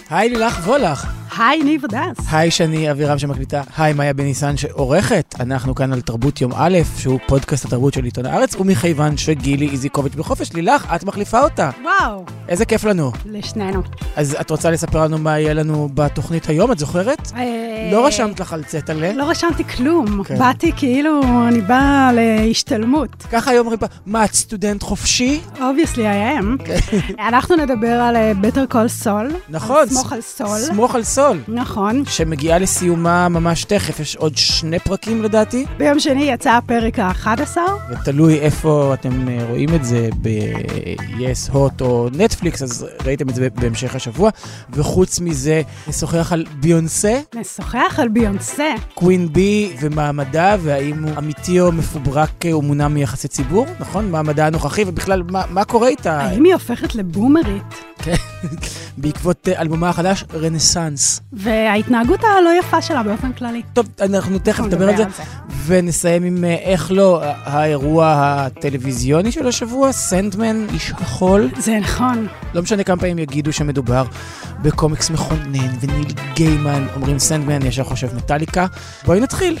היי לילך וולך. היי ניב הדס. היי שני אבירם שמקליטה. היי מאיה בניסן שעורכת. אנחנו כאן על תרבות יום א', שהוא פודקאסט התרבות של עיתון הארץ, ומכיוון שגילי איזיקוביץ' בחופש, לילך, את מחליפה אותה. וואו. איזה כיף לנו. לשנינו. אז את רוצה לספר לנו מה יהיה לנו בתוכנית היום, את זוכרת? לא רשמת לך על צטלה. לא רשמתי כלום. באתי כאילו, אני באה להשתלמות. ככה היום אומרים, מה, את סטודנט חופשי? Obviously I am. אנחנו נדבר על Better Call Saul. נכון. סמוך על סול. סמוך על סול. נכון. שמגיעה לסיומה ממש תכף, יש עוד 2 פרקים לדעתי. ביום שני יצא הפרק ה-11. ותלוי איפה אתם רואים את זה, ב-Yes, Hot או נטפליקס, אז ראיתם את זה בהמשך השבוע. וחוץ מזה, נשוחח על ביונסה. נשוחח על ביונסה. קווין בי ומעמדה, והאם הוא אמיתי או מפוברק או מונע מיחסי ציבור, נכון? מעמדה הנוכחי, ובכלל, מה קורה איתה? האם היא הופכת לבומרית? כן, בעקבות אלבומה החדש, רנסנס. וההתנהגות הלא יפה שלה באופן כללי. טוב, אנחנו תכף נדבר על זה, ונסיים עם איך לא, האירוע הטלוויזיוני של השבוע, סנדמן, איש החול. זה נכון. לא משנה כמה פעמים יגידו שמדובר בקומיקס מכונן, וניל גיימן, אומרים סנדמן, ישר חושב מטליקה. בואי נתחיל.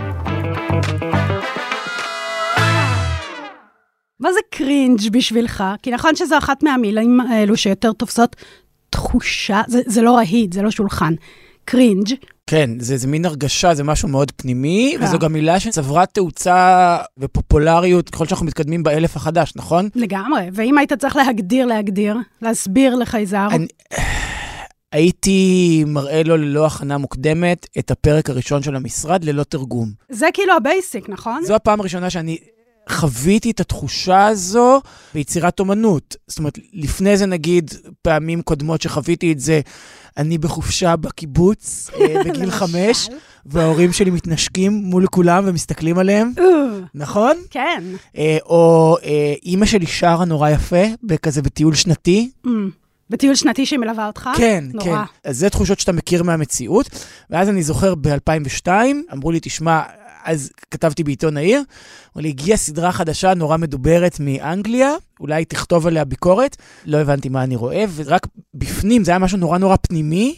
מה זה קרינג' בשבילך? כי נכון שזו אחת מהמילים האלו שיותר תופסות תחושה, זה לא רהיט, זה לא שולחן. קרינג'. כן, זה מין הרגשה, זה משהו מאוד פנימי, וזו גם מילה שצברה תאוצה ופופולריות ככל שאנחנו מתקדמים באלף החדש, נכון? לגמרי, ואם היית צריך להסביר לחייזר. הייתי מראה לו ללא הכנה מוקדמת את הפרק הראשון של המשרד ללא תרגום. זה כאילו הבייסיק, נכון? זו הפעם הראשונה שאני חוויתי את התחושה הזו ביצירת אומנות. זאת אומרת, לפני זה נגיד, פעמים קודמות שחוויתי את זה, אני בחופשה בקיבוץ בגיל 5, וההורים שלי מתנשקים מול כולם ומסתכלים עליהם. נכון? כן. או אמא שלי שרה נורא יפה, בכזה בטיול שנתי. בטיול שנתי שמלווה אותך? כן, נורא. כן. אז זה תחושות שאתה מכיר מהמציאות. ואז אני זוכר ב-2002, אמרו לי, תשמע, אז כתבתי בעיתון העיר, אמרו לי, הגיעה סדרה חדשה נורא מדוברת מאנגליה, אולי תכתוב עליה ביקורת, לא הבנתי מה אני רואה, ורק בפנים, זה היה משהו נורא נורא פנימי,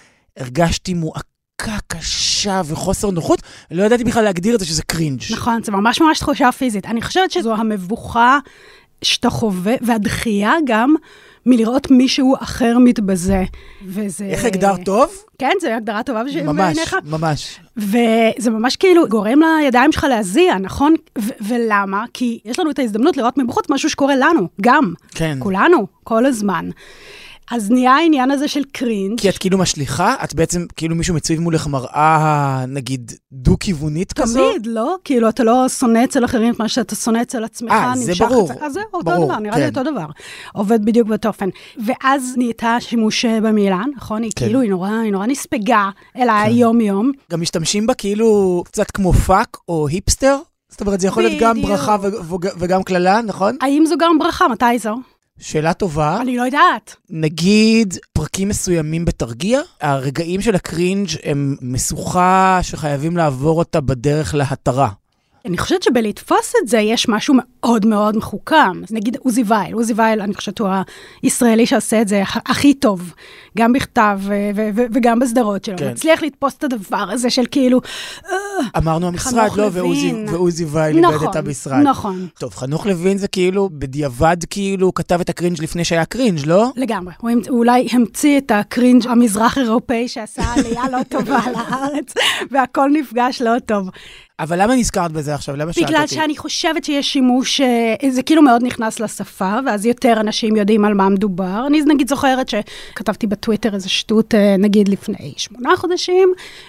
הרגשתי מועקה קשה וחוסר נוחות, לא ידעתי בכלל להגדיר את זה שזה קרינג'. נכון, זה ממש ממש תחושה פיזית. אני חושבת שזו המבוכה שאתה חווה, והדחייה גם מלראות מישהו אחר מתבזה. וזה... איך הגדר טוב? כן, זו הגדרה טובה ממש, ממש. וזה ממש כאילו גורם לידיים שלך להזיע, נכון? ולמה? כי יש לנו את ההזדמנות לראות מבחוץ משהו שקורה לנו, גם. כן. כולנו, כל הזמן. אז נהיה העניין הזה של קרינג'. כי את כאילו משליחה, את בעצם כאילו מישהו מציב מולך מראה, נגיד, דו-כיוונית כזו? תמיד, לא? כאילו אתה לא שונא אצל אחרים, מה שאתה שונא אצל עצמך, זה ברור. אז זה אותו דבר, נראה לי אותו דבר. עובד בדיוק בתופן. ואז נהייתה שימוש במילה, נכון? היא כאילו, היא נורא נספגה אל היום-יום. גם משתמשים בה כאילו קצת כמו פאק או היפסטר? זאת אומרת, זה יכול להיות גם ברכה וגם כללה, נכון? האם זו גם ברכה? מתי זו? שאלה טובה. אני לא יודעת. נגיד, פרקים מסוימים בתרגיע, הרגעים של הקרינג' הם משוכה שחייבים לעבור אותה בדרך להתרה. אני חושבת שבלתפוס את זה יש משהו מאוד מאוד מחוכם. נגיד עוזי וייל, אני חושבת הוא הישראלי שעושה את זה הכי טוב, גם בכתב וגם בסדרות שלו. הוא הצליח לתפוס את הדבר הזה של כאילו... אמרנו המשרד, לא, ועוזי וייל איבד את המשרד. נכון. טוב, חנוך לוין זה כאילו, בדיעבד כאילו, כתב את הקרינג' לפני שהיה קרינג', לא? לגמרי. הוא אולי המציא את הקרינג' המזרח אירופאי שעשה עלייה לא טובה לארץ, והכל נפגש לא טוב. אבל למה נזכרת בזה עכשיו? למה שאלת אותי? בגלל שאני חושבת שיש שימוש, זה כאילו מאוד נכנס לשפה, ואז יותר אנשים יודעים על מה מדובר. אני נגיד זוכרת שכתבתי בטוויטר איזו שטות, נגיד לפני 8 חודשים,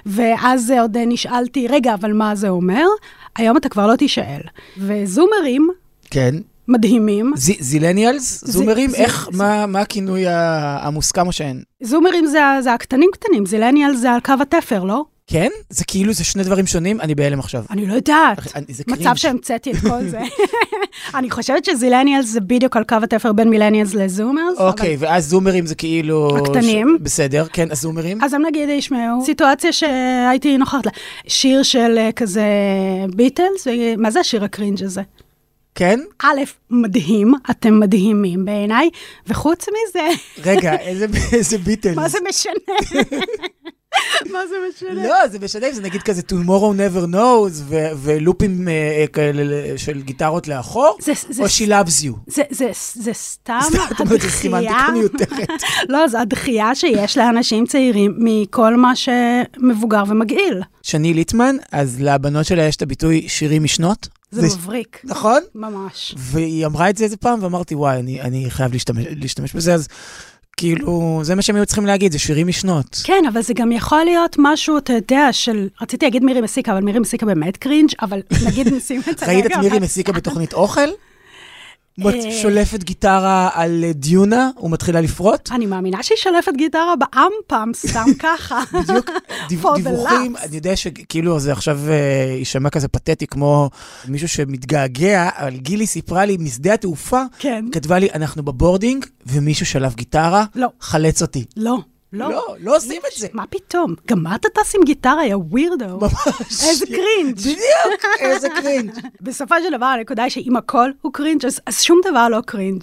ואז עוד נשאלתי, רגע, אבל מה זה אומר? היום אתה כבר לא תשאל. וזומרים, כן. מדהימים. זילניאלס? זומרים? איך, מה הכינוי המוסכם או שאין? זומרים זה הקטנים, זילניאלס זה על קו התפר, לא? כן? זה כאילו, זה 2 דברים שונים? אני בהלם עכשיו. אני לא יודעת. מצב שהמצאתי את כל זה. אני חושבת שזילניאלס זה בדיוק על קו התפר בין מילניאלס לזומרס. אוקיי, ואז זומרים זה כאילו... הקטנים. בסדר, כן, אז זומרים. אז הם נגיד ישמעו, סיטואציה שהייתי נוכחת לה. שיר של כזה ביטלס, מה זה השיר הקרינג' הזה? כן? א', מדהים, אתם מדהימים בעיניי, וחוץ מזה... רגע, איזה ביטלס? מה זה משנה? מה זה משנה? לא, זה משנה, זה נגיד כזה Tomorrow Never Knows, ולופים כאלה של גיטרות לאחור, או She Loves You. זה סתם הדחייה. לא, זה הדחייה שיש לאנשים צעירים מכל מה שמבוגר ומגעיל. שני ליטמן, אז לבנות שלה יש את הביטוי שירים משנות. זה מבריק. נכון? ממש. והיא אמרה את זה איזה פעם, ואמרתי, וואי, אני חייב להשתמש בזה, אז כאילו, זה מה שהם היו צריכים להגיד, זה שירים משנות. כן, אבל זה גם יכול להיות משהו, אתה יודע, רציתי להגיד מירי מסיקה, אבל מירי מסיקה באמת קרינג', אבל נגיד נשים את זה. ראית את מירי מסיקה בתוכנית אוכל? שולפת גיטרה על דיונה, ומתחילה לפרוט? אני מאמינה שהיא שולפת גיטרה באמפם, סתם ככה. בדיוק, דיווחים, אני יודע שכאילו זה עכשיו יישמע כזה פתטי, כמו מישהו שמתגעגע, אבל גילי סיפרה לי, משדה התעופה, כתבה לי, אנחנו בבורדינג, ומישהו שלף גיטרה, חלץ אותי. לא. לא עושים את זה. מה פתאום? גם מה אתה טס עם גיטרה, יא ווירדו? ממש. איזה קרינג'. בדיוק, איזה קרינג'. בסופו של דבר, הנקודה היא שאם הכל הוא קרינג', אז שום דבר לא קרינג'.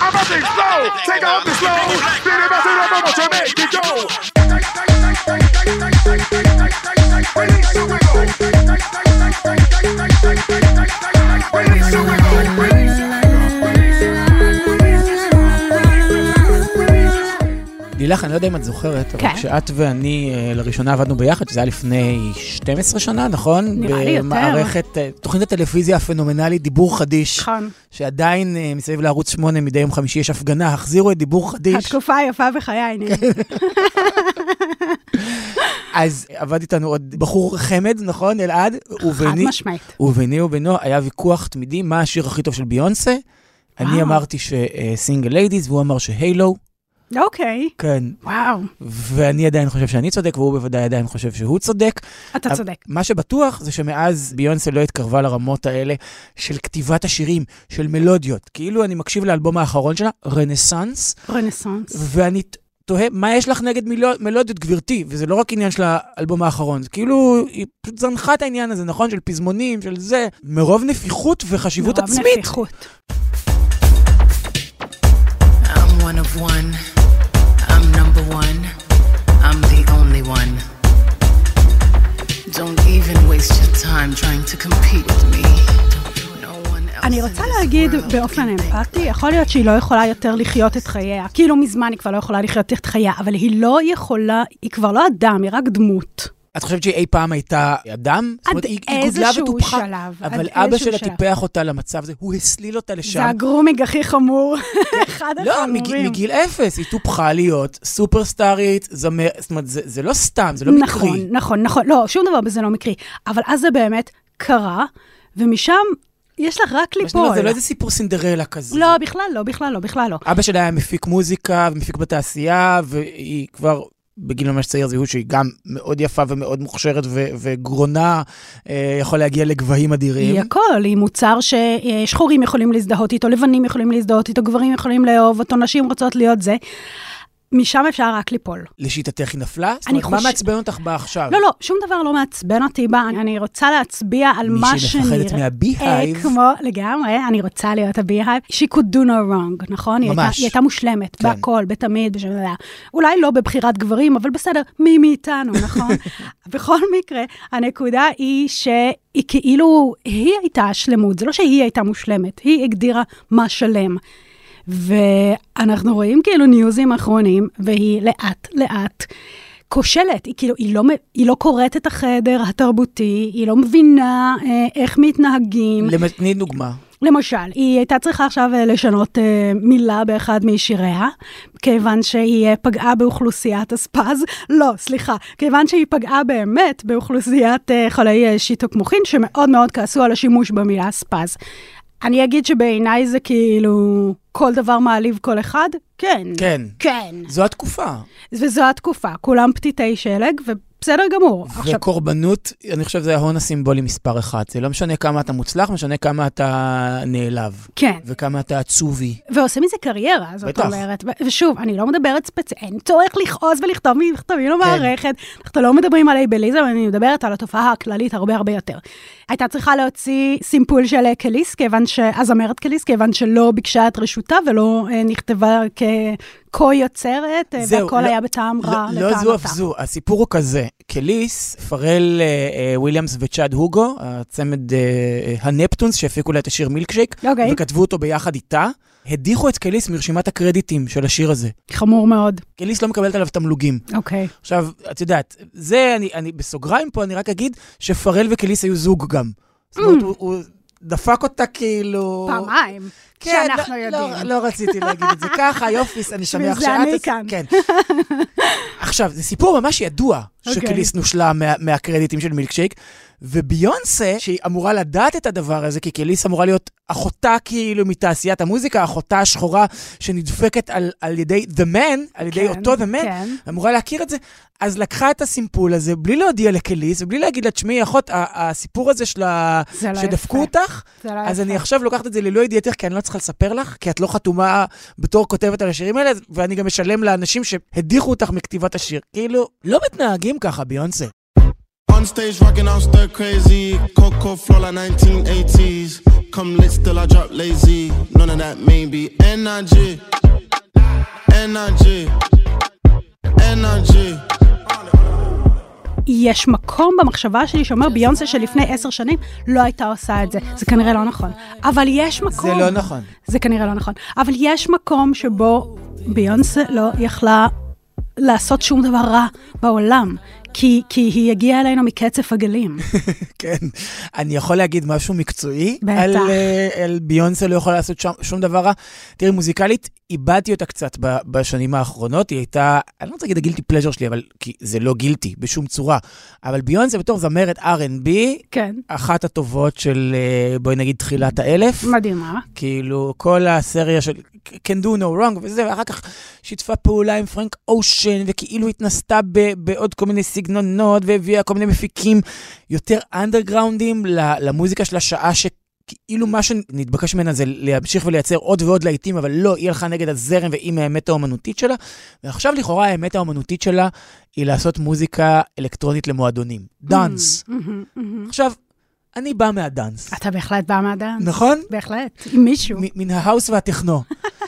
לילך, אני לא יודע אם את זוכרת, אבל כשאת ואני לראשונה עבדנו ביחד, שזה היה לפני 12 שנה, נכון? נראה לי יותר. במערכת, תוכנית הטלוויזיה הפנומנלית, דיבור חדיש. נכון. שעדיין מסביב לערוץ 8 מדי יום חמישי יש הפגנה, החזירו את דיבור חדיש. התקופה היפה בחיי, נראה. אז עבד איתנו עוד בחור חמד, נכון, אלעד? חד משמעית. וביני ובינו היה ויכוח תמידי, מה השיר הכי טוב של ביונסה? אני אמרתי שסינגל ליידיז, והוא אמר שהיילו. אוקיי. כן. וואו. ואני עדיין חושב שאני צודק, והוא בוודאי עדיין חושב שהוא צודק. אתה צודק. מה שבטוח זה שמאז ביונסה לא התקרבה לרמות האלה של כתיבת השירים, של מלודיות. כאילו אני מקשיב לאלבום האחרון שלה, רנסנס. ואני תוהה, מה יש לך נגד מלודיות, גברתי? וזה לא רק עניין של האלבום האחרון. זה כאילו, היא פשוט זנחה את העניין הזה, נכון? של פזמונים, של זה. מרוב נפיחות וחשיבות עצמית. מרוב נפיחות. One of one, I'm number one, I'm the only one. Don't even waste your time trying to compete with me. אני רוצה להגיד באופן אמפתי, יכול להיות שהיא לא יכולה יותר לחיות את חייה, כאילו מזמן היא כבר לא יכולה לחיות את חייה, אבל היא לא יכולה, היא כבר לא אדם, היא רק דמות. את חושבת שהיא אי פעם הייתה אדם? עד איזשהו שלב. אבל אבא שלה טיפח אותה למצב הזה, הוא הסליל אותה לשם. זה הגרומיג הכי חמור, אחד החמורים. לא, מגיל אפס, היא טופחה להיות סופרסטארית, זאת אומרת, זה לא סתם, זה לא מקרי. נכון, לא, שום דבר בזה לא מקרי, אבל אז זה באמת קרה, ומשם יש לך רק ליפול. זה לא איזה סיפור סינדרלה כזה. לא, בכלל לא. אבא שלה היה מפיק מוזיקה ומפיק בתעשייה, והיא כבר בגיל ממש צעיר זהו שהיא גם מאוד יפה ומאוד מוכשרת וגרונה, יכול להגיע לגבהים אדירים. היא הכל, היא מוצר ששחורים יכולים להזדהות איתו, לבנים יכולים להזדהות איתו, גברים יכולים לאהוב אותו, נשים רוצות להיות זה. משם אפשר רק ליפול. לשיטתך היא נפלה? זאת אומרת, מה מעצבן אותך בה עכשיו? לא, שום דבר לא מעצבן אותי בה. אני רוצה להצביע על מה שנראה. מי שמפחדת מהביהייב. כמו, לגמרי, אני רוצה להיות הביהייב. She could do no wrong, נכון? ממש. היא הייתה מושלמת, בהכל, בתמיד, אולי לא בבחירת גברים, אבל בסדר, מי מאיתנו, נכון? בכל מקרה, הנקודה היא שהיא כאילו, היא הייתה שלמות, זה לא שהיא הייתה מושלמת, היא הגדירה מה שלם. ואנחנו רואים כאילו ניוזים האחרונים, והיא לאט כושלת, היא לא קוראת את החדר התרבותי, היא לא מבינה איך מתנהגים. תני דוגמה. למשל, היא הייתה צריכה עכשיו לשנות מילה באחד משיריה, כיוון שהיא פגעה באוכלוסיית הספז, לא, סליחה, כיוון שהיא פגעה באמת באוכלוסיית חולי שיתוק מוחין, שמאוד מאוד כעסו על השימוש במילה ספז. אני אגיד שבעיניי זה כאילו כל דבר מעליב כל אחד, כן. כן. כן. זו התקופה. וזו התקופה, כולם פתיתי שלג, בסדר גמור. וקורבנות, אני חושב, זה ההון הסימבולי מספר אחד. זה לא משנה כמה אתה מוצלח, משנה כמה אתה נעלב. כן. וכמה אתה עצובי. ועושים מזה קריירה, זאת בטח. אומרת. ושוב, אני לא מדברת אין צורך לכעוס ולכתוב מכתבים למערכת. אנחנו לא מדברים על אייבליזם, אני מדברת על התופעה הכללית הרבה הרבה יותר. הייתה צריכה להוציא סימפול של קליס, הזמרת קליס, כיוון שלא ביקשה את רשותה ולא נכתבה כ-יוצרת, והכל היה בטעם רע לטענתה. לא זו אף זו, הסיפור הוא כזה, קליס, פרל וויליאמס וצ'אד הוגו, הצמד הנפטונס שהפיקו לה את השיר מילקשייק, וכתבו אותו ביחד איתה, הדיחו את קליס מרשימת הקרדיטים של השיר הזה. חמור מאוד. קליס לא מקבלת עליו תמלוגים. אוקיי. עכשיו, את יודעת, זה, אני בסוגריים פה, אני רק אגיד שפרל וקליס היו זוג גם. זאת אומרת, הוא דפק אותה כאילו... פעמיים. כן, שאנחנו יודעים. לא רציתי להגיד את זה ככה, יופיס, אני שמח שאת... אני כאן. כן. עכשיו, זה סיפור ממש ידוע שקליס נושלה מהקרדיטים של מילקשייק, וביונסה, שהיא אמורה לדעת את הדבר הזה, כי קליס אמורה להיות אחותה כאילו מתעשיית המוזיקה, אחותה השחורה שנדפקת על ידי The Man, על ידי אותו The Man, אמורה להכיר את זה, אז לקחה את הסימפול הזה, בלי להודיע לקליס, ובלי להגיד לה, תשמעי, אחות, הסיפור הזה שדפקו אותך, אז אני עכשיו לוקחת את זה ללא ידיעתך, כי אני לא צריכה לספר לך, כי את לא חתומה בתור כותבת על השירים האלה, ואני גם משלם לאנשים שהדיחו אותך מכתיבת השיר. כאילו, לא מתנהגים ככה, ביונסה. On stage rocking out stir crazy Coco flow like 1980s Come lit still I drop lazy None of that maybe Energy Energy Energy יש מקום במחשבה שלי שאומר ביונסה שלפני 10 שנים לא הייתה עושה את זה. זה כנראה לא נכון. אבל יש מקום... זה לא נכון. זה כנראה לא נכון. אבל יש מקום שבו ביונסה לא יכלה לעשות שום דבר רע בעולם. כי היא הגיעה אלינו מקצף הגלים. כן, אני יכול להגיד משהו מקצועי. בטח. על ביונסה לא יכולה לעשות שום דבר רע. תראי, מוזיקלית, איבדתי אותה קצת בשנים האחרונות. היא הייתה, אני לא רוצה להגיד הגילטי פלז'ר שלי, אבל כי זה לא גילטי בשום צורה. אבל ביונסה בתור זמרת R&B, כן. אחת הטובות של, בואי נגיד, תחילת האלף. מדהימה. כאילו, כל הסריה של Can Do No Wrong וזה, ואחר כך שיתפה פעולה עם פרנק אושן, וכאילו התנסתה בעוד כל מיני סגנונות, והביאה כל מיני מפיקים יותר אנדרגראונדים למוזיקה של השעה, שכאילו מה שנתבקש ממנה זה להמשיך ולייצר עוד ועוד להיטים, אבל לא, היא הלכה נגד הזרם והיא מהאמת האומנותית שלה, ועכשיו לכאורה האמת האומנותית שלה היא לעשות מוזיקה אלקטרונית למועדונים. דאנס. עכשיו, אני בא מהדאנס. אתה בהחלט בא מהדאנס. נכון? בהחלט, עם מישהו. מן ההאוס והטכנו.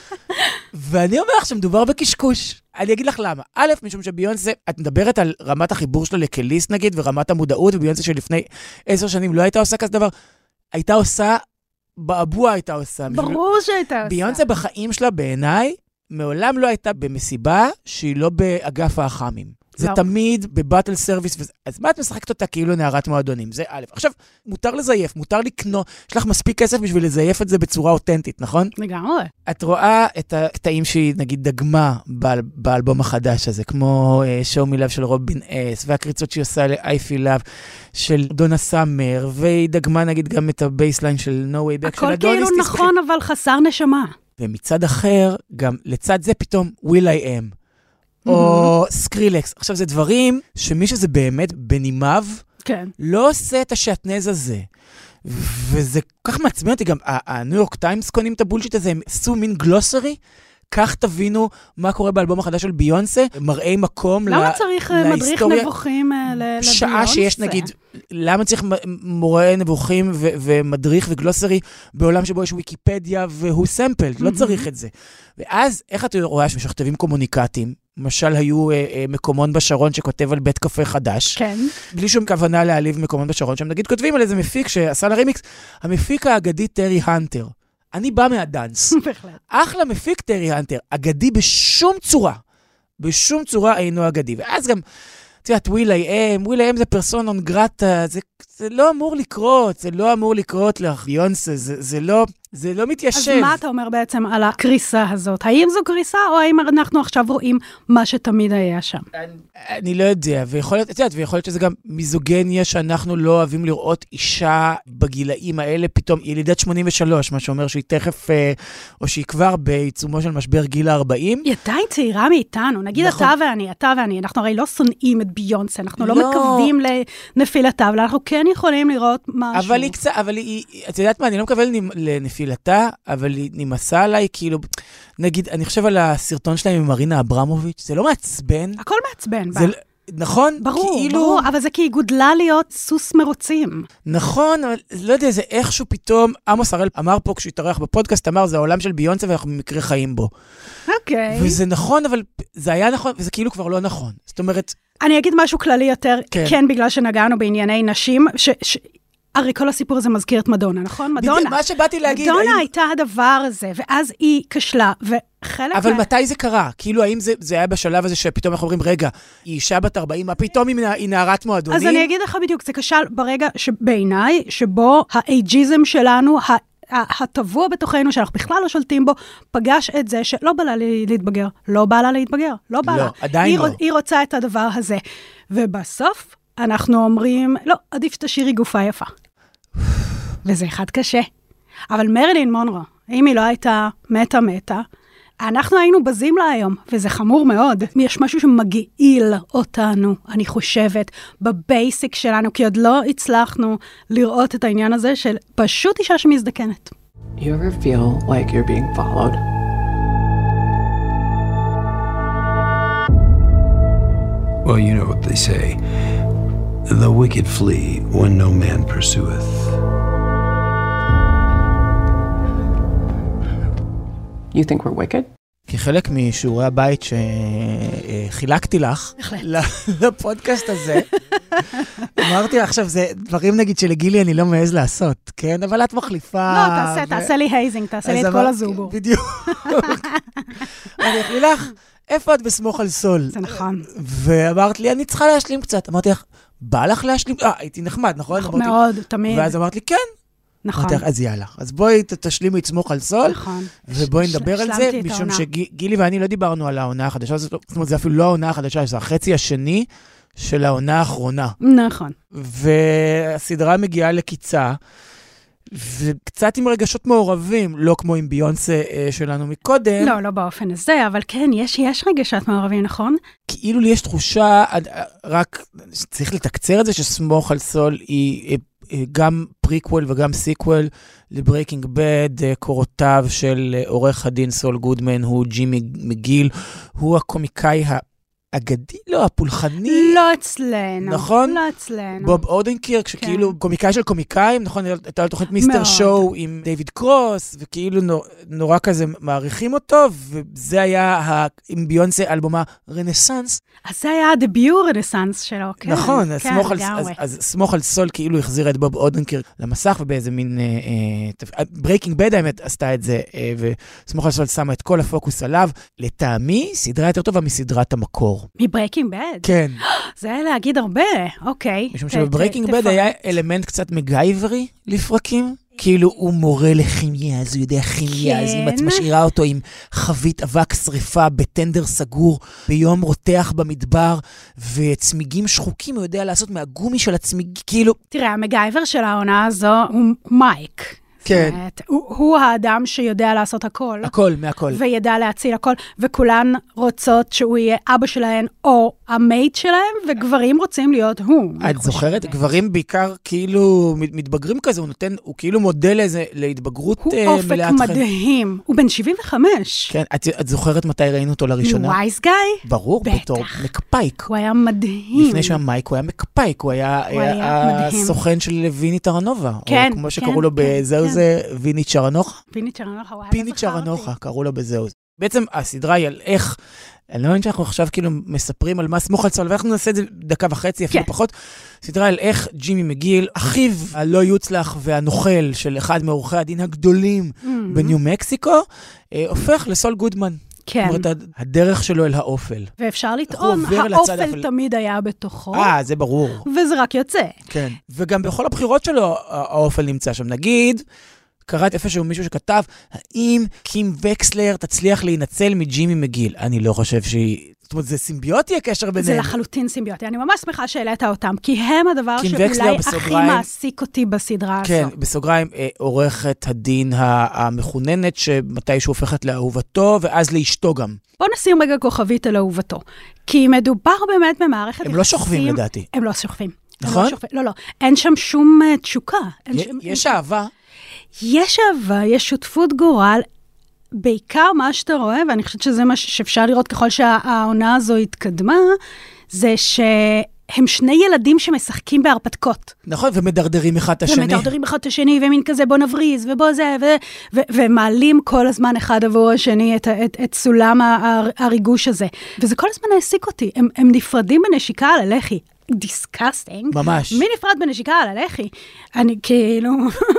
ואני אומר לך שמדובר בקשקוש. אני אגיד לך למה. א', משום שביונסה, את מדברת על רמת החיבור שלה לקליס נגיד, ורמת המודעות, וביונסה שלפני 10 שנים לא הייתה עושה כזה דבר, הייתה עושה, באבוע הייתה עושה. ברור שהייתה עושה. ביונסה בחיים שלה בעיניי, מעולם לא הייתה במסיבה שהיא לא באגף האחמים. זה תמיד בבטל סרוויס, אז מה את משחקת אותה כאילו נערת מועדונים? זה א'. עכשיו, מותר לזייף, מותר לקנות, יש לך מספיק כסף בשביל לזייף את זה בצורה אותנטית, נכון? לגמרי. את רואה את הקטעים שהיא, נגיד, דגמה באלבום החדש הזה, כמו Show Me Love של רובין אס, והקריצות שהיא עושה ל-I Feel Love של דונה סאמר, והיא דגמה, נגיד, גם את הבייסליין של No Way Back של אדוניס. הכל כאילו נכון, אבל חסר נשמה. ומצד אחר, גם לצד זה פתאום Will I Am. או סקרילקס. עכשיו, זה דברים שמי שזה באמת בנימיו, כן. לא עושה את השעטנז הזה. וזה כך מעצבן אותי, גם הניו יורק טיימס קונים את הבולשיט הזה, הם עשו מין גלוסרי, כך תבינו מה קורה באלבום החדש של ביונסה, מראי מקום למה צריך מדריך נבוכים לביונסה? שעה שיש, נגיד, למה צריך מורה נבוכים ומדריך וגלוסרי בעולם שבו יש ויקיפדיה והוא סמפל, לא צריך את זה. ואז, איך אתה רואה שמשכתבים קומוניקטים, למשל היו מקומון בשרון שכותב על בית קפה חדש, כן. בלי שום כוונה להעליב מקומון בשרון, שהם נגיד כותבים על איזה מפיק שעשה לרימיקס, המפיק האגדי טרי הנטר. אני בא מהדאנס. אחלה מפיק טרי הנטר, אגדי בשום צורה אינו אגדי. ואז גם, את יודעת, וויל איי אם זה פרסונון גרטה, זה לא אמור לקרות, זה לא אמור לקרות לך, ביונסה, זה לא מתיישב. אז מה אתה אומר בעצם על הקריסה הזאת? האם זו קריסה, או האם אנחנו עכשיו רואים מה שתמיד היה שם? אני לא יודע, ויכול להיות שזה גם מיזוגניה שאנחנו לא אוהבים לראות אישה בגילאים האלה, פתאום ילידת 83, מה שאומר שהיא תכף, או שהיא כבר בעיצומו של משבר גיל 40. היא עדיין צעירה מאיתנו, נגיד אתה ואני, אנחנו הרי לא שונאים את ביונסה, אנחנו לא מקווים לנפילתה, אבל אנחנו כן יכולים לראות משהו. אבל היא, את יודעת מה, אני לא מקווה לנפילתה, אבל היא נמסה עליי, כאילו, נגיד, אני חושב על הסרטון שלהם עם מרינה אברמוביץ', זה לא מעצבן. הכל מעצבן, נכון? ברור, אבל זה כי היא גודלה להיות סוס מרוצים. נכון, אבל לא יודע, זה איכשהו פתאום, עמוס הראל אמר פה כשהוא התארח בפודקאסט, אמר, זה העולם של ביונסה ואנחנו במקרה חיים בו. אוקיי. וזה נכון, אבל זה היה נכון, וזה כאילו כבר לא נכון. זאת אומרת... אני אגיד משהו כללי יותר, כן, בגלל שנגענו בענייני נשים, הרי כל הסיפור הזה מזכיר את מדונה, נכון? מדונה. מה שבאתי להגיד... מדונה הייתה הדבר הזה, ואז היא כשלה, וחלק... אבל מתי זה קרה? כאילו, האם זה היה בשלב הזה שפתאום אנחנו אומרים, רגע, היא אישה בת 40, מה פתאום היא נערת מועדונים? אז אני אגיד לך בדיוק, זה כשל ברגע שבעיניי, שבו האייג'יזם שלנו, הטבוע בתוכנו, שאנחנו בכלל לא שולטים בו, פגש את זה שלא בא לה להתבגר. לא בא לה להתבגר. לא בא לה. לא, עדיין לא. היא רוצה את הדבר הזה. ובסוף אנחנו אומרים, לא, עדיף שתשאירי גופה יפה. וזה אחד קשה. אבל מרילין מונרו, אם היא לא הייתה מתה, אנחנו היינו בזים לה היום, וזה חמור מאוד. יש משהו שמגעיל אותנו, אני חושבת, בבייסיק שלנו, כי עוד לא הצלחנו לראות את העניין הזה של פשוט אישה שמזדקנת. You ever feel like you're being followed? Well, you know what they say. The wicked flee when no man pursueth. You think we're wicked? כחלק משיעורי הבית שחילקתי לך לפודקאסט הזה, אמרתי עכשיו, זה דברים נגיד שלגילי אני לא מעז לעשות, כן? אבל את מחליפה. לא, תעשה לי הייזינג, תעשה לי את כל הזובור. בדיוק. אני אכלי לך, איפה את בסמוך על סול? זה נכון. ואמרת לי, אני צריכה להשלים קצת. אמרתי לך, בא לך להשלים? הייתי נחמד, נכון? מאוד, תמיד. ואז אמרת לי, כן. נכון. אז יאללה. אז בואי תשלימי את סמוך על סול, נכון. ובואי נדבר על זה, משום שגילי ואני לא דיברנו על העונה החדשה, זאת אומרת, זה אפילו לא העונה החדשה, זה החצי השני של העונה האחרונה. נכון. והסדרה מגיעה לקיצה, וקצת עם רגשות מעורבים, לא כמו עם ביונסה שלנו מקודם. לא באופן הזה, אבל כן, יש רגשות מעורבים, נכון? כאילו לי יש תחושה, רק צריך לתקצר את זה, שסמוך על סול היא גם פריקוול וגם סיקוול לברייקינג בד, קורותיו של עורך הדין סול גודמן, הוא ג'ימי מגיל, הוא הקומיקאי אגדי, לא, הפולחני. לא אצלנו. נכון? לא אצלנו. בוב אודנקירק, שכאילו קומיקאי של קומיקאים, נכון? הייתה לו תוכנית מיסטר שואו עם דיוויד קרוס, וכאילו נורא כזה מעריכים אותו, וזה היה עם ביונסה אלבומה רנסנס. אז זה היה הדביור רנסנס שלו, כן. נכון, אז סמוך על סול כאילו החזירה את בוב אודנקירק למסך, ובאיזה מין ברייקינג בד האמת עשתה את זה, וסמוך על סול שמה את כל הפוקוס עליו. לטעמי, סדרה יותר טובה מסדרת המקור. מברייקינג בד? כן. זה היה להגיד הרבה, אוקיי. משום שבברייקינג בד היה אלמנט קצת מגייברי לפרקים. כאילו הוא מורה לכימיה, אז הוא יודע כימיה, אז אם את משאירה אותו עם חבית אבק שריפה בטנדר סגור, ביום רותח במדבר, וצמיגים שחוקים, הוא יודע לעשות מהגומי של הצמיג, כאילו... תראה, המגייבר של העונה הזו הוא מייק. כן. הוא האדם שיודע לעשות הכל. הכל, מהכל. וידע להציל הכל, וכולן רוצות שהוא יהיה אבא שלהן, או המייט שלהם, וגברים רוצים להיות הוא. את זוכרת? גברים בעיקר כאילו מתבגרים כזה, הוא כאילו מודל להתבגרות מלאת חיים. הוא אופק מדהים. הוא בן 75. כן, את זוכרת מתי ראינו אותו לראשונה? ווייז גאי? ברור, בתור מקפייק. הוא היה מדהים. לפני שהיה מייק, הוא היה מקפייק, הוא היה הסוכן של ויני טרנובה. כן, כמו שקראו לו בזהו זה ויני צ'רנוחה. פיני צ'רנוחה, קראו לו בזהו. בעצם הסדרה היא על איך, אני לא מבין שאנחנו עכשיו כאילו מספרים על מה סמוך על סול, ואנחנו נעשה את זה דקה וחצי, אפילו פחות. סדרה על איך ג'ימי מגיל, אחיו הלא יוצלח והנוכל של אחד מעורכי הדין הגדולים בניו מקסיקו, הופך לסול גודמן. כן. זאת אומרת, הדרך שלו אל האופל. ואפשר לטעון, האופל תמיד היה בתוכו. זה ברור. וזה רק יוצא. כן. וגם בכל הבחירות שלו, האופל נמצא שם. נגיד, קראת איפשהו מישהו שכתב, האם קים וקסלר תצליח להינצל מג'ימי מגיל? אני לא חושב שהיא... זאת אומרת, זה סימביוטי הקשר ביניהם. זה לחלוטין סימביוטי. אני ממש שמחה שהעלית אותם, כי הם הדבר שאולי הכי מעסיק אותי בסדרה הזו. כן, בסוגריים, עורכת הדין המכוננת, שמתישהו הופכת לאהובתו, ואז לאשתו גם. בוא נשים רגע כוכבית על אהובתו. כי מדובר באמת במערכת הם לא שוכבים לדעתי. הם לא שוכבים. נכון? לא. אין שם שום תשוקה. יש אהבה. יש אהבה, יש שותפות גורל, בעיקר מה שאתה רואה, ואני חושבת שזה מה שאפשר לראות ככל שהעונה הזו התקדמה, זה שהם שני ילדים שמשחקים בהרפתקות. נכון, ומדרדרים אחד את השני. ומדרדרים אחד את השני, ומין כזה בוא נבריז, ובוא זה, ומעלים כל הזמן אחד עבור השני את סולם הריגוש הזה. וזה כל הזמן העסיק אותי. הם נפרדים בנשיקה על הלחי. דיסקסטינג. ממש. מי נפרד בנשיקה על הלחי? אני כאילו...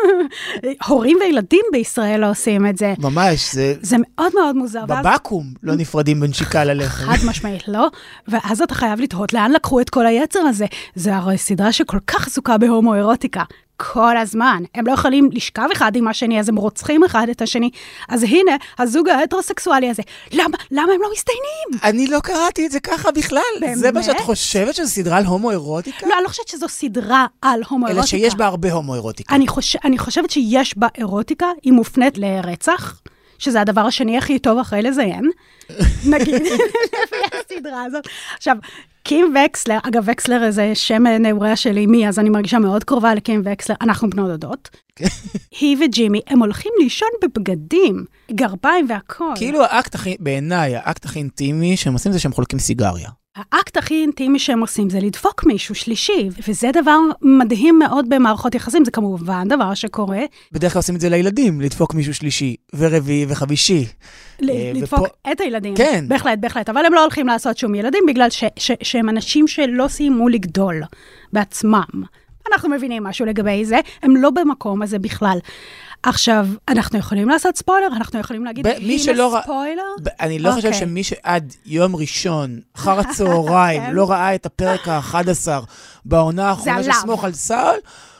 הורים וילדים בישראל לא עושים את זה. ממש, זה מאוד מאוד מוזר. בבקום לא נפרדים בנשיקה על הלחי. חד משמעית, לא? ואז אתה חייב לתהות לאן לקחו את כל היצר הזה. זה הרי סדרה שכל כך עסוקה בהומואירוטיקה. כל הזמן. הם לא יכולים לשכב אחד עם השני, אז הם רוצחים אחד את השני. אז הנה, הזוג ההטרוסקסואלי הזה. למה הם לא מסתיינים? אני לא קראתי את זה ככה בכלל. באמת? זה מה שאת חושבת שזו סדרה על הומואירוטיקה? לא, אני לא חושבת שזו סדרה על הומואירוטיקה. אלא שיש בה הרבה הומואירוטיקה. אני חושבת שיש בה אירוטיקה, היא מופנית לרצח, שזה הדבר השני הכי טוב אחרי לזיין. נגיד, לפי הסדרה הזאת. עכשיו, קים וקסלר, אגב, וקסלר זה שם נעוריה של אמי, אז אני מרגישה מאוד קרובה לקים וקסלר, אנחנו בנות דודות. היא וג'ימי, הם הולכים לישון בבגדים, גרביים והכל. כאילו בעיניי, האקט הכי אינטימי שהם עושים זה שהם חולקים סיגריה. האקט הכי אינטימי שהם עושים זה לדפוק מישהו שלישי, וזה דבר מדהים מאוד במערכות יחסים, זה כמובן דבר שקורה. בדרך כלל עושים את זה לילדים, לדפוק מישהו שלישי, ורביעי וחמישי. לדפוק את הילדים. כן. בהחלט, אבל הם לא הולכים לעשות שום ילדים, בגלל שהם אנשים שלא סיימו לגדול בעצמם. אנחנו מבינים משהו לגבי זה, הם לא במקום הזה בכלל. עכשיו, אנחנו יכולים לעשות ספוילר? אנחנו יכולים להגיד, הנה ספוילר? אני לא חושב שמי שעד יום ראשון, אחר הצהריים, לא ראה את הפרק ה-11 בעונה האחרונה של סמוך על סול,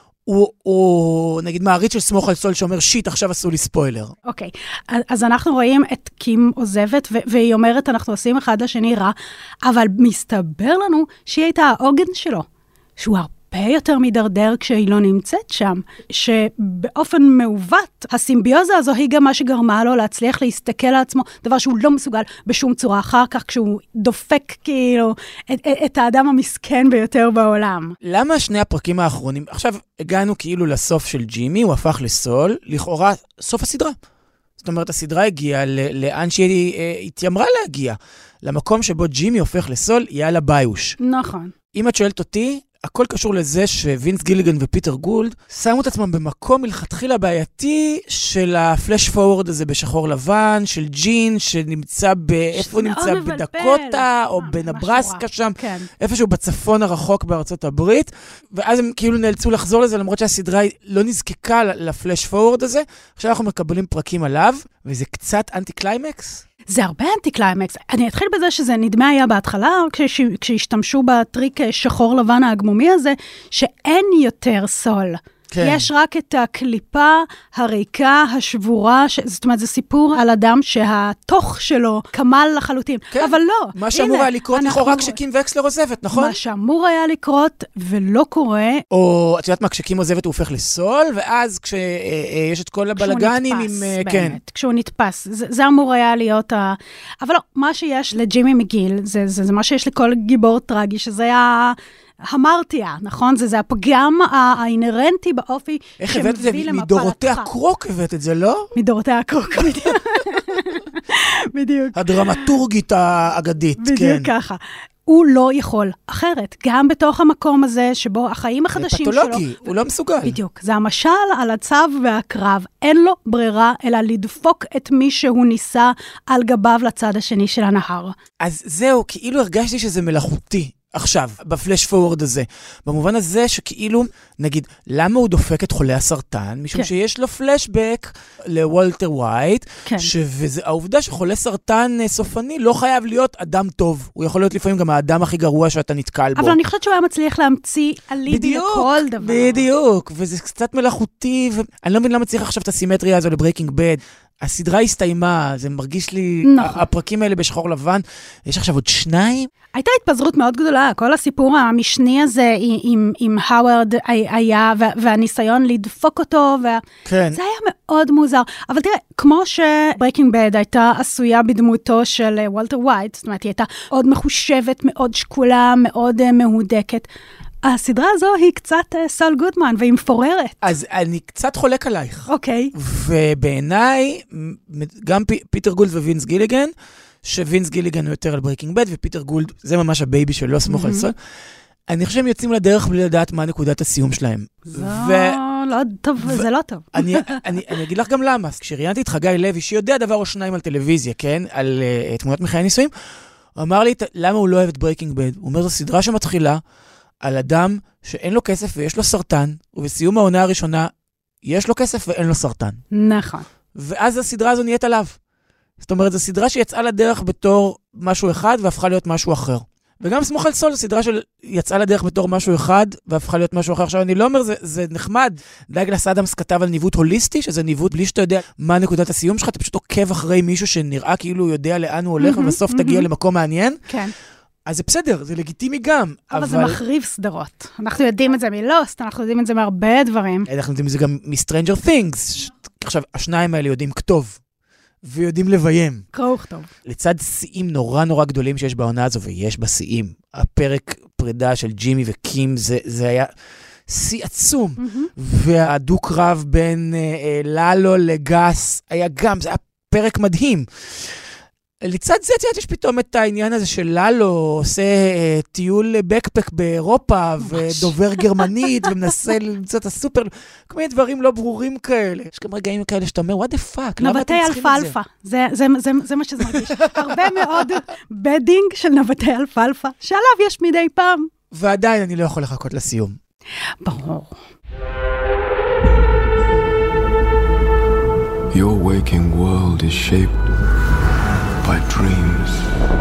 הוא נגיד מעריץ של סמוך על סול שאומר, שיט, עכשיו עשו לי ספוילר. אוקיי, אז אנחנו רואים את קים עוזבת, והיא אומרת, אנחנו עושים אחד לשני רע, אבל מסתבר לנו שהיא הייתה העוגן שלו, שהוא הרבה יותר מדרדר כשהיא לא נמצאת שם, שבאופן מעוות, הסימביוזה הזו היא גם מה שגרמה לו להצליח להסתכל על עצמו, דבר שהוא לא מסוגל בשום צורה אחר כך, כשהוא דופק כאילו את האדם המסכן ביותר בעולם. למה שני הפרקים האחרונים, עכשיו הגענו כאילו לסוף של ג'ימי, הוא הפך לסול, לכאורה סוף הסדרה. זאת אומרת, הסדרה הגיעה לאן שהיא התיימרה להגיע, למקום שבו ג'ימי הופך לסול, יאללה ביוש. נכון. אם את שואלת אותי, הכל קשור לזה שווינס גיליגן ופיטר גולד שמו את עצמם במקום מלכתחילה בעייתי של הפלאש פורוורד הזה בשחור לבן, של ג'ין שנמצא איפה הוא נמצא? בדקוטה או בנברסקה שם, כן. איפשהו בצפון הרחוק בארצות הברית, ואז הם כאילו נאלצו לחזור לזה, למרות שהסדרה לא נזקקה לפלאש פורוורד הזה. עכשיו אנחנו מקבלים פרקים עליו, וזה קצת אנטי קליימקס. זה הרבה אנטי-קליימקס. אני אתחיל בזה שזה נדמה היה בהתחלה, כשהשתמשו בטריק שחור לבן ההגמומי הזה, שאין יותר סול. כן. יש רק את הקליפה הריקה, השבורה, זאת אומרת, זה סיפור על אדם שהתוך שלו כמל לחלוטין. כן. אבל לא. מה שאמור היה לקרות לכאורה כשקים וקסלר עוזבת, נכון? מה שאמור היה לקרות ולא קורה. או, את יודעת מה, כשקים עוזבת הוא הופך לסול, ואז כשיש את כל הבלגנים עם... כן. כשהוא נתפס. זה אמור היה להיות אבל לא, מה שיש לג'ימי מגיל, זה מה שיש לכל גיבור טרגי, שזה המרתיע, נכון? זה הפגם האינרנטי באופי שמביא למפל התחל. מדורותיה קרוק הבאת את זה, לא? מדורותיה קרוק, בדיוק. הדרמטורגית האגדית, כן. בדיוק ככה. הוא לא יכול אחרת, גם בתוך המקום הזה שבו החיים החדשים שלו... זה פתולוגי, הוא לא מסוגל. בדיוק, זה המשל על הצו והקרב, אין לו ברירה אלא לדפוק את מי שהוא ניסה על גביו לצד השני של הנהר. אז זהו, כאילו הרגשתי שזה מלאכותי. עכשיו, בפלש פורוורד הזה. במובן הזה שכאילו, נגיד, למה הוא דופק את חולי הסרטן? משום שיש לו פלשבק לוולטר ווייט, והעובדה שחולה סרטן סופני לא חייב להיות אדם טוב. הוא יכול להיות לפעמים גם האדם הכי גרוע שאתה נתקל בו. אבל אני חושבת שהוא היה מצליח להמציא אליבי לכל דבר. בדיוק, וזה קצת מלאכותי, ואני לא מבין למה צריך עכשיו את הסימטריה הזו לברייקינג בד. הסדרה הסתיימה, זה מרגיש לי, הפרקים האלה בשחור לבן, יש עכשיו עוד 2. הייתה התפזרות מאוד גדולה, כל הסיפור המשני הזה עם האוורד היה, והניסיון לדפוק אותו, כן. זה היה מאוד מוזר. אבל תראה, כמו שברייקינג בד הייתה עשויה בדמותו של וולטר ווייט, זאת אומרת, היא הייתה עוד מחושבת, מאוד שקולה, מאוד מהודקת, הסדרה הזו היא קצת סול גודמן, והיא מפוררת. אז אני קצת חולק עלייך. אוקיי. ובעיניי, גם פיטר גולד ווינס גיליגן, שווינס גיליגן הוא יותר על ברייקינג בד, ופיטר גולד, זה ממש הבייבי שלו, סמוך על סול. אני חושב שהם יוצאים לדרך בלי לדעת מה נקודת הסיום שלהם. זה לא טוב. אני אגיד לך גם למה. כשראיינתי את חגי לוי, שיודע דבר או שניים על טלוויזיה, כן? על תמונות מחיי נישואים, הוא אמר לי, למה הוא לא אוהב את ברייקינג בד? הוא אומר, זו סדרה שמתחילה על אדם שאין לו כסף ויש לו סרטן, ובסיום העונה הראשונה יש לו כסף ואין לו סרטן. נכון. ואז הסדרה הזו נהיית עליו. זאת אומרת, זו סדרה שיצאה לדרך בתור משהו אחד והפכה להיות משהו אחר. וגם סמוך על סול, זו סדרה שיצאה לדרך בתור משהו אחד והפכה להיות משהו אחר. עכשיו, אני לא אומר, זה נחמד. דאגלס אדמס כתב על ניווט הוליסטי, שזה ניווט בלי שאתה יודע מה נקודת הסיום שלך, אתה פשוט עוקב אחרי מישהו שנראה כאילו הוא יודע לאן הוא הולך, ובסוף תגיע למקום מעניין. כן. אז זה בסדר, זה לגיטימי גם. אבל זה מחריב סדרות. אנחנו יודעים את זה מלוסט, אנחנו יודעים את זה מהרבה דברים. אנחנו יודעים את זה גם מ-Stranger Things. עכשיו, השניים האלה יודעים כתוב, ויודעים לביים. קרוא וכתוב. לצד שיאים נורא נורא גדולים שיש בעונה הזו, ויש בה שיאים. הפרק פרידה של ג'ימי וקים, זה היה שיא עצום. והדוק רב בין ללו לגס, היה גם, זה היה פרק מדהים. לצד זה יש פתאום את העניין הזה של ללו עושה טיול בקפק באירופה ודובר גרמנית ומנסה למצוא את הסופר, כל מיני דברים לא ברורים כאלה. יש גם רגעים כאלה שאתה אומר, what the fuck, למה אתם צריכים את זה? נווטי אלפלפה, זה מה שזה מרגיש. הרבה מאוד בדינג של נווטי אלפלפה, שעליו יש מדי פעם. ועדיין אני לא יכול לחכות לסיום. ברור. Your waking world is shaped by dreams.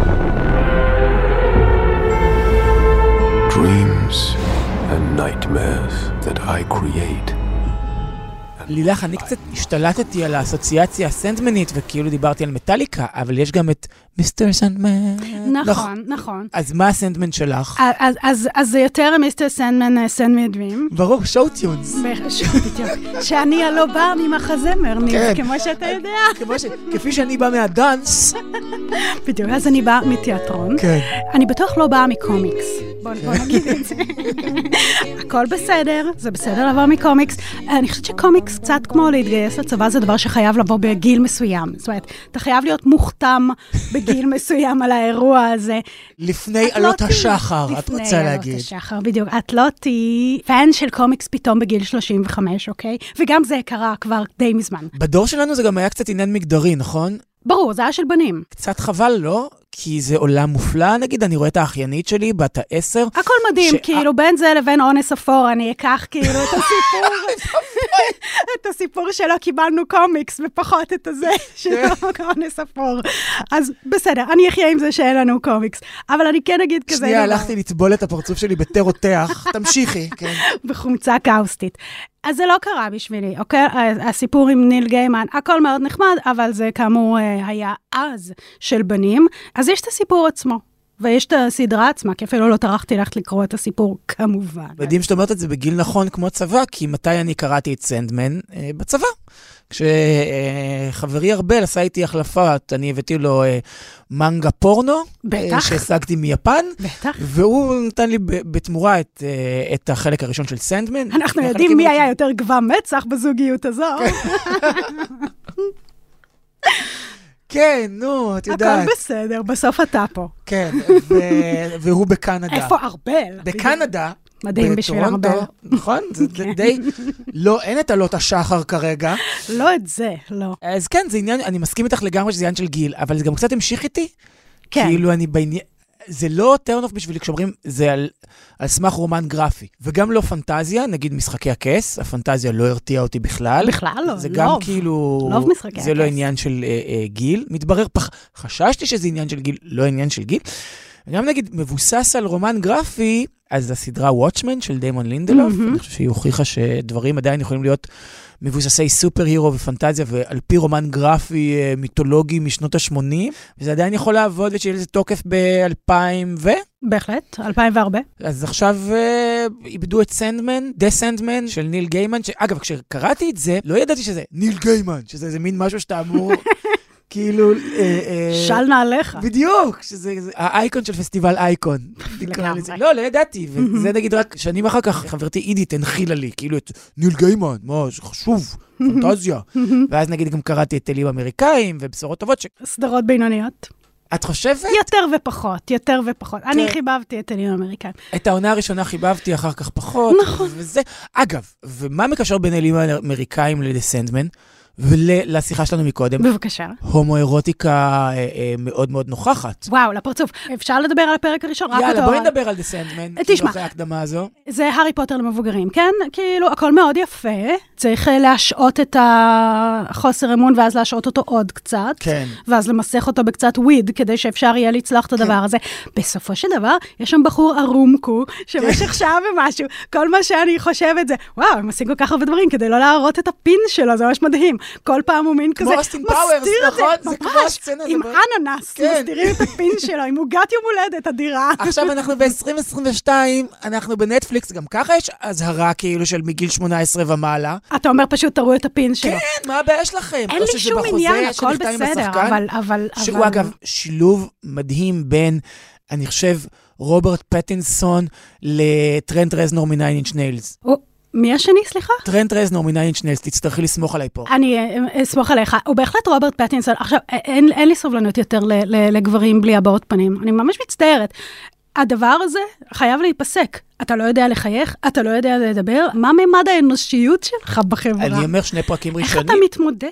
Dreams and nightmares that I create. לילך, אני קצת השתלטתי על האסוציאציה הסנדמנית, וכאילו דיברתי על מטליקה, אבל יש גם את מיסטר סנדמן. נכון. אז מה הסנדמן שלך? אז זה יותר מיסטר סנדמן, סנדמדווים. ברור, שואו טיונס. שאני הלא באה ממחזמר, כמו שאתה יודע. כפי שאני באה מהדאנס. בדיוק, אז אני באה מתיאטרון. אני בטוח לא באה מקומיקס. בוא נגיד את זה. הכל בסדר, זה בסדר לבוא מקומיקס. אני חושבת שקומיקס קצת כמו להתגייס לצבא, זה דבר שחייב לבוא בגיל מסוים. זאת אומרת, אתה חייב להיות מוכתם בגיל מסוים על האירוע הזה. לפני עלות השחר, את רוצה להגיד. לפני עלות השחר, בדיוק. את לא תהי פן של קומיקס פתאום בגיל 35, אוקיי? וגם זה קרה כבר די מזמן. בדור שלנו זה גם היה קצת עניין מגדרי, נכון? ברור, זה היה של בנים. קצת חבל, לא? כי זה עולם מופלא, נגיד, אני רואה את האחיינית שלי, בת 10. הכל מדהים, כאילו, בין זה לבין אונס אפור, אני אקח כאילו את הסיפור, את הסיפור שלא קיבלנו קומיקס, ופחות את הזה שלא אונס אפור. אז בסדר, אני אחיה עם זה שאין לנו קומיקס, אבל אני כן אגיד כזה... שנייה, הלכתי לטבול את הפרצוף שלי בתר רותח, תמשיכי, כן. בחומצה קאוסטית. אז זה לא קרה בשבילי, אוקיי? הסיפור עם ניל גיימן, הכל מאוד נחמד, אבל זה כאמור היה אז של בנים. אז יש את הסיפור עצמו, ויש את הסדרה עצמה, כי אפילו לא טרחתי ללכת לקרוא את הסיפור כמובן. מדהים שאת אומרת את זה בגיל נכון כמו צבא, כי מתי אני קראתי את סנדמן? בצבא. כשחברי ארבל עשה איתי החלפה, אני הבאתי לו מנגה פורנו, שהשגתי מיפן, והוא נתן לי בתמורה את החלק הראשון של סנדמן. אנחנו יודעים מי היה יותר גבה מצח בזוגיות הזו. כן, נו, את יודעת. הכל בסדר, בסוף אתה פה. כן, והוא בקנדה. איפה ארבל? בקנדה. מדהים בשביל ארבל. נכון? זה די... לא, אין את עלות השחר כרגע. לא את זה, לא. אז כן, זה עניין, אני מסכים איתך לגמרי שזה עניין של גיל, אבל זה גם קצת המשיך איתי. כן. כאילו אני בעניין... זה לא turn off בשבילי, כשאומרים, זה על סמך רומן גרפי. וגם לא פנטזיה, נגיד משחקי הכס, הפנטזיה לא הרתיעה אותי בכלל. בכלל לא, זה גם כאילו... לוב משחקי הכס. זה לא עניין של גיל. מתברר, חששתי שזה עניין של גיל, לא עניין של גיל. וגם נגיד, מבוסס על רומן גרפי, אז הסדרה Watchmen של דיימון לינדלוף, אני חושב שהיא הוכיחה שדברים עדיין יכולים להיות מבוססי סופר הירו ופנטזיה, ועל פי רומן גרפי מיתולוגי משנות ה-80, וזה עדיין יכול לעבוד, ושיהיה לזה תוקף ב-2000 ו... בהחלט, 2004. אז עכשיו איבדו את סנדמן, דה סנדמן של ניל גיימן, אגב, כשקראתי את זה, לא ידעתי שזה ניל גיימן, שזה איזה מין משהו שאתה אמור... כאילו... של נעליך. בדיוק, שזה האייקון של פסטיבל אייקון. לא ידעתי, וזה נגיד רק שנים אחר כך, חברתי אידית הנחילה לי, כאילו את ניל גיימן, מה, זה חשוב, פנטזיה. ואז נגיד גם קראתי את אלים אמריקאים, ובשורות טובות. סדרות בינוניות. את חושבת? יותר ופחות. אני חיבבתי את אלים אמריקאים. את העונה הראשונה חיבבתי, אחר כך פחות. נכון. אגב, ומה מקשר בין אלים אמריקאים לדסנדמן? ולשיחה שלנו מקודם. בבקשה. הומואירוטיקה מאוד מאוד נוכחת. וואו, לפרצוף. אפשר לדבר על הפרק הראשון? יאללה, בואי נדבר על The Sandman. תשמע. אחרי ההקדמה הזו. זה הארי פוטר למבוגרים, כן? כאילו, הכל מאוד יפה. צריך להשעות את החוסר אמון, ואז להשעות אותו עוד קצת. כן. ואז למסך אותו בקצת וויד, כדי שאפשר יהיה לצלוח את הדבר הזה. בסופו של דבר, יש שם בחור ארומקו, שמשך שעה ומשהו. כל מה שאני חושבת זה, וואו, הם עושים כל כך הרבה דברים, כדי לא להראות את הפין שלו, זה ממש מדהים. כל פעם הוא מין כזה, מסתיר את זה, ממש, עם אננס, מסתירים את הפין שלו, עם עוגת יום הולדת אדירה. עכשיו אנחנו ב-2022, אנחנו בנטפליקס, גם ככה יש הזהרה כאילו של מגיל 18 ומעלה. אתה אומר פשוט תראו את הפין שלו. כן, מה הבעיה שלכם? אין לי שום עניין, הכל בסדר, אבל... שהוא אגב שילוב מדהים בין, אני חושב, רוברט פטינסון לטרנט רזנור מ-9 Inch Nails. מי השני, סליחה? טרנט רזנור מ-9 Inch Nails, תצטרכי לסמוך עליי פה. אני אסמוך עליך. הוא בהחלט רוברט פטינסון. עכשיו, אין לי סובלנות יותר לגברים בלי הבעות פנים. אני ממש מצטערת. הדבר הזה חייב להיפסק. אתה לא יודע לחייך, אתה לא יודע לדבר. מה ממד האנושיות שלך בחברה? אני אומר 2 פרקים ראשונים. איך אתה מתמודד?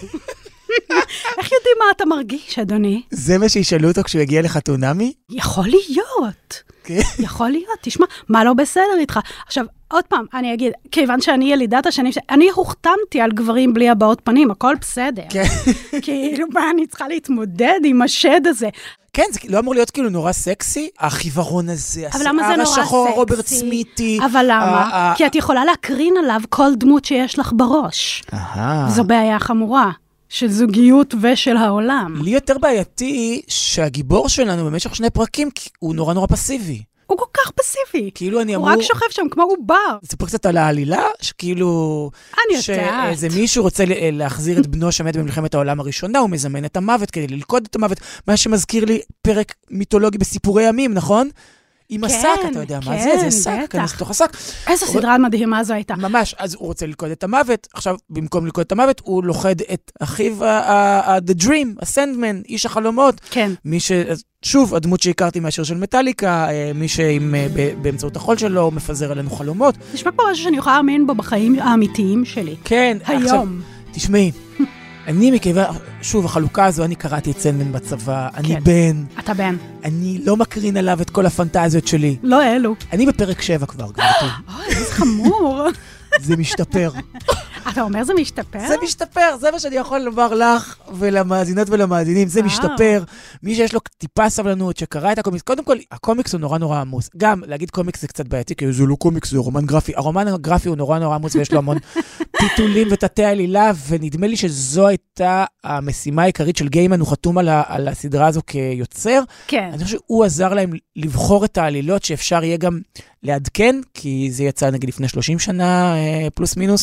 איך יודעים מה אתה מרגיש, אדוני? זה מה שישאלו אותו כשהוא יגיע לחתונמי? יכול להיות. יכול להיות. תשמע, מה לא בסדר איתך? עכשיו, עוד פעם, אני אגיד, כיוון שאני ילידת השנים, אני הוכתמתי על גברים בלי הבעות פנים, הכל בסדר. כאילו, מה אני צריכה להתמודד עם השד הזה? כן, זה לא אמור להיות כאילו נורא סקסי, החיוורון הזה, אבל למה זה נורא סקסי? השחור, רוברט סמיתי. אבל למה? כי את יכולה להקרין עליו כל דמות שיש לך בראש. זו בעיה חמורה. של זוגיות ושל העולם. לי יותר בעייתי שהגיבור שלנו במשך 2 פרקים הוא נורא נורא פסיבי. הוא כל כך פסיבי. כאילו אני הוא רק שוכב שם כמו עובר. זה פה קצת על העלילה, שכאילו... אני יודעת. שאיזה מישהו רוצה להחזיר את בנו שמת במלחמת העולם הראשונה, הוא מזמן את המוות כדי ללכוד את המוות, מה שמזכיר לי פרק מיתולוגי בסיפורי ימים, נכון? עם השק, אתה יודע מה זה? זה שק, כנס לתוך השק. איזו סדרה מדהימה זו הייתה. ממש, אז הוא רוצה ללכוד את המוות, עכשיו במקום ללכוד את המוות, הוא לוכד את אחיו, The Dream, הסנדמן, איש החלומות. כן. מי שוב, הדמות שהכרתי מהשיר של מטליקה, מי שבאמצעות החול שלו מפזר עלינו חלומות. נשמע פה משהו שאני יכולה להאמין בו בחיים האמיתיים שלי. כן. היום. תשמעי. אני מכיוון, שוב, החלוקה הזו, אני קראתי את סנדמן בצבא, אני בן. אתה בן. אני לא מקרין עליו את כל הפנטזיות שלי. לא אלו. אני בפרק 7 כבר, גברתי. אוי, איזה חמור. זה משתפר. אתה אומר זה משתפר? זה משתפר, זה מה שאני יכול לומר לך ולמאזינות ולמאזינים, זה משתפר. מי שיש לו טיפה סבלנות, שקרא את הקומיקס, קודם כל, הקומיקס הוא נורא נורא עמוס. גם להגיד קומיקס זה קצת בעייתי, כי זה לא קומיקס, זה רומן גרפי. הרומן הגרפי הוא נורא נורא עמוס, ויש לו המון פיתולים ותתי עלילה, ונדמה לי שזו הייתה המשימה העיקרית של גיימן, הוא חתום על הסדרה הזו כיוצר. כן. אני חושב שהוא עזר להם לבחור את העלילות שאפשר יהיה גם לעדכן, כי זה יצא נגיד לפני 30 שנה, פלוס מינוס,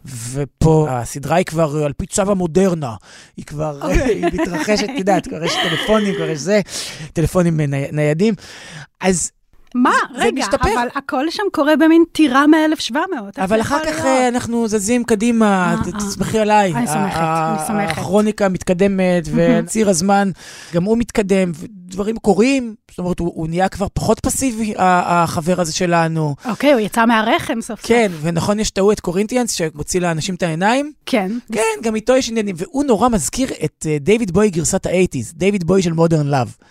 ופה הסדרה היא כבר על פי צו המודרנה, היא כבר היא מתרחשת, תדעת, כבר יש טלפונים, כבר יש זה, טלפונים ניידים, אז מה? רגע, אבל הכל שם קורה במין טירה מ-1700. אבל אחר כך אנחנו זזים קדימה, תסמכי עליי. אני סומכת. הכרוניקה מתקדמת, וציר הזמן, גם הוא מתקדם, ודברים קורים, זאת אומרת, הוא נהיה כבר פחות פסיבי, החבר הזה שלנו. אוקיי, הוא יצא מהרחם סוף סוף. כן, ונכון, יש טעו את קורינטיאנס, שמוציא לאנשים את העיניים. כן. כן, גם איתו יש עניינים, והוא נורא מזכיר את דיוויד בוי גרסת ה-80s, דיוויד בוי של מודרן לאב.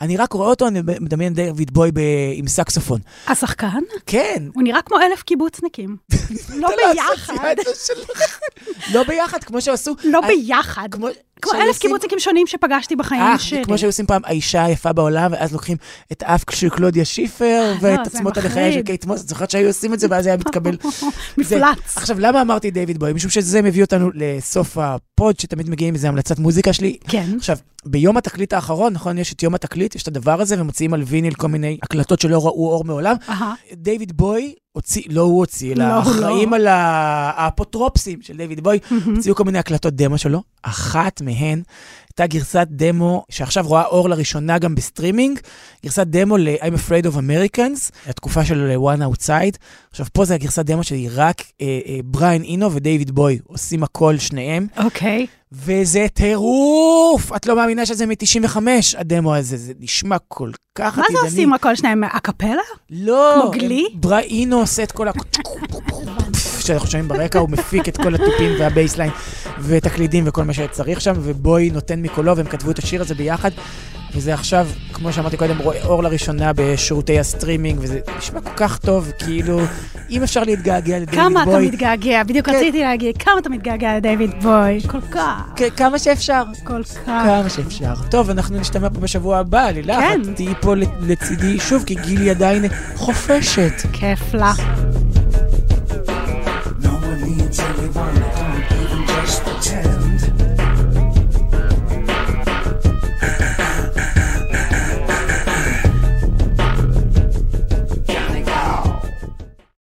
אני רק רואה אותו, אני מדמיין דיוויד בוי עם סקסופון. השחקן? כן. הוא נראה כמו 1,000 קיבוצניקים. לא ביחד. לא ביחד, כמו שעשו... לא ביחד. כמו 1,000 קיבוצניקים שונים שפגשתי בחיים שלי. כמו שעושים פעם האישה היפה בעולם, ואז לוקחים את האף של קלודיה שיפר, ואת עצמות הלחייה של קייט מוס. את זוכרת שהיו עושים את זה, ואז היה מתקבל... מפלץ. עכשיו, למה אמרתי דיוויד בוי? משום שזה מביא אותנו לסוף הפוד, שתמיד מגיעים איזה המלצת מוזיקה שלי. כן. עכשיו, ביום התקליט האחרון, נכון, יש את יום התקליט, יש את הדבר הזה, ומוציאים על ויניל כל מיני הקלטות שלא ראו אור מעולם. דיוויד בוי הוציא, לא הוא הוציא, אלא אחראים על האפוטרופסים של דיוויד בוי, הוציאו כל מיני הקלטות דמו שלו. אחת מהן הייתה גרסת דמו שעכשיו רואה אור לראשונה גם בסטרימינג, גרסת דמו ל-I'm Afraid of Americans, התקופה של One Outside. עכשיו פה זה הגרסת דמו שלי, רק בריין אינו ודייוויד בוי עושים הכל שניהם. אוקיי. וזה טירוף! את לא מאמינה שזה מ-95, הדמו הזה, זה נשמע כל כך עתידני. מה זה עושים הכל שניהם? הקפלה? לא. כמו גלי? בראינו עושה את כל שאנחנו שומעים ברקע, הוא מפיק את כל הטיפים והבייסליין ותקלידים וכל מה שצריך שם, ובוי נותן מקולו, והם כתבו את השיר הזה ביחד, וזה עכשיו, כמו שאמרתי קודם, רואה אור לראשונה בשירותי הסטרימינג, וזה נשמע כל כך טוב, כאילו, אם אפשר להתגעגע לדייוויד בוי. כמה אתה מתגעגע? בדיוק רציתי להגיד, כמה אתה מתגעגע לדייוויד בוי? כל כך. כמה שאפשר. כל כך. כמה שאפשר. טוב, אנחנו נשתמע פה בשבוע הבא, לילך, את תהיי פה לצידי שוב, כי גילי עדיין חופשת. כיף לה.